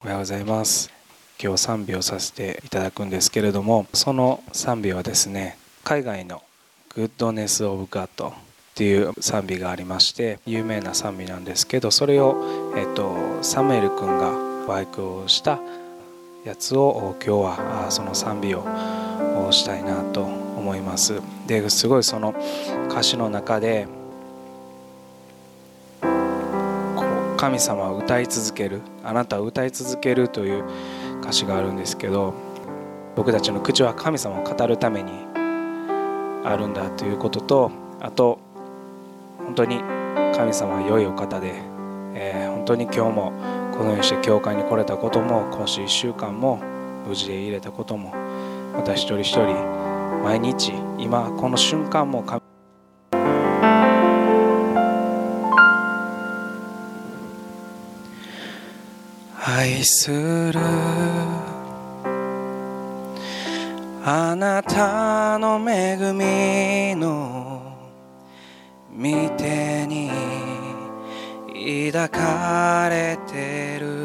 おはようございます。今日賛美をさせていただくんですけれども、その賛美はですね、海外のグッドネス・オブ・ガッドっていう賛美がありまして、有名な賛美なんですけど、それを、サムエル君がバイクをしたやつを今日はその賛美をしたいなと思います。ですごいその歌詞の中で神様を歌い続ける、あなたを歌い続けるという歌詞があるんですけど、僕たちの口は神様を語るためにあるんだということと、あと本当に神様は良いお方で、本当に今日もこのようにして教会に来れたことも、今週1週間も無事で入れたことも、また一人一人毎日今この瞬間も神愛するあなたの恵みの御手に抱かれてる。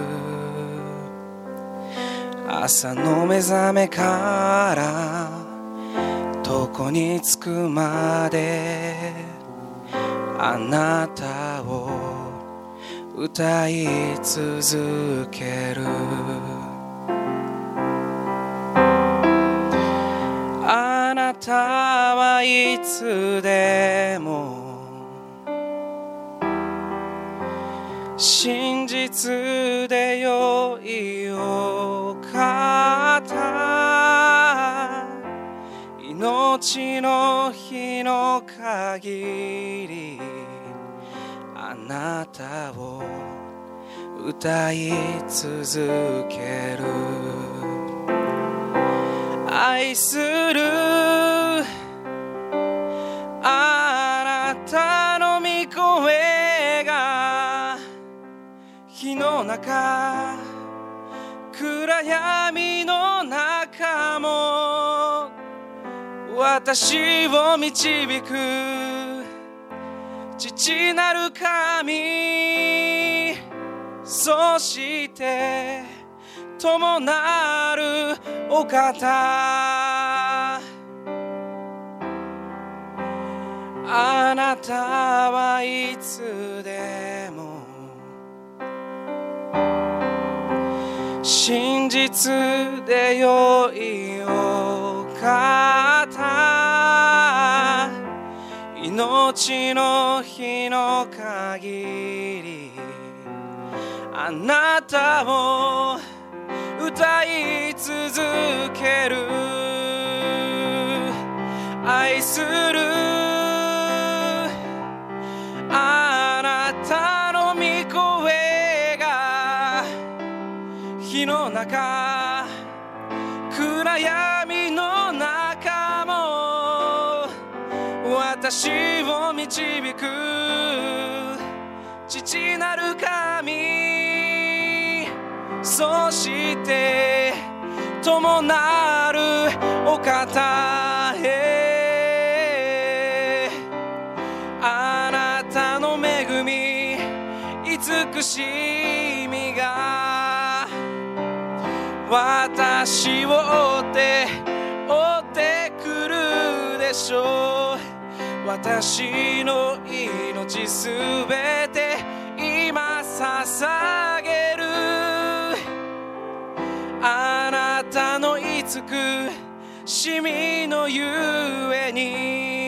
朝の目覚めから床に着くまであなたを歌い続ける。あなたはいつでも真実で良いお方、命の日の限りあなたを歌い続ける。愛するあなたの御声が火の中、暗闇の中も私を導く父なる神、そして友なるお方、あなたはいつでも真実で良いお方、命の日の限りあなたを歌い続ける。愛するあなたの御声が火の中、暗闇の中も私を導く父なる神、そして友なるお方へ。あなたの恵み慈しみが私を追ってくるでしょう。私の命すべて今捧げる。あなたの慈しみのゆえに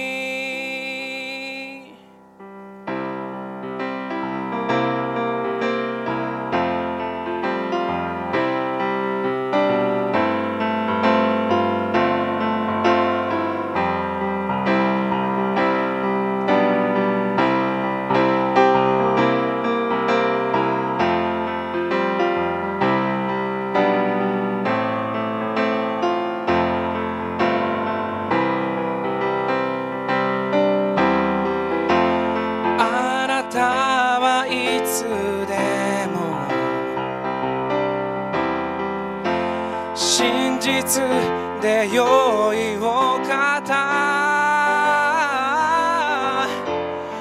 真実で良いお方、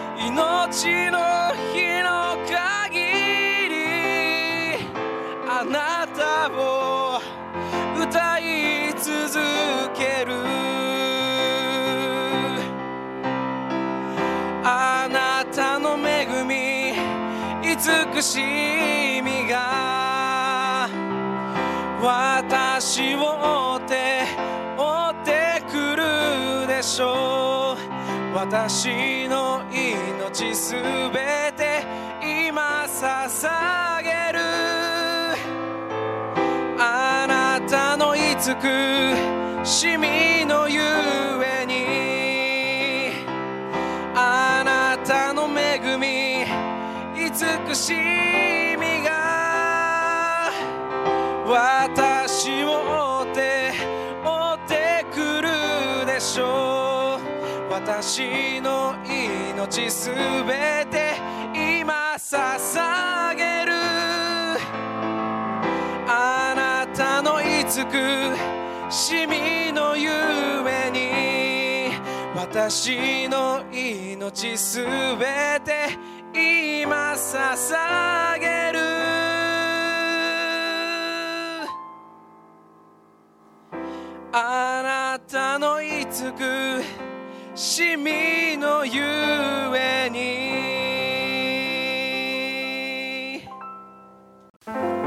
命の日の限りあなたを歌い続ける。あなたの恵み慈しみが私を追ってくるでしょう。私の命すべて今捧げる。あなたの慈しみのゆえに、あなたの恵み慈しみが私を追ってくるでしょう。私の命すべて今捧げる。あなたの慈しみのゆえに、私の命すべて今捧げる。あなたの慈しみのゆ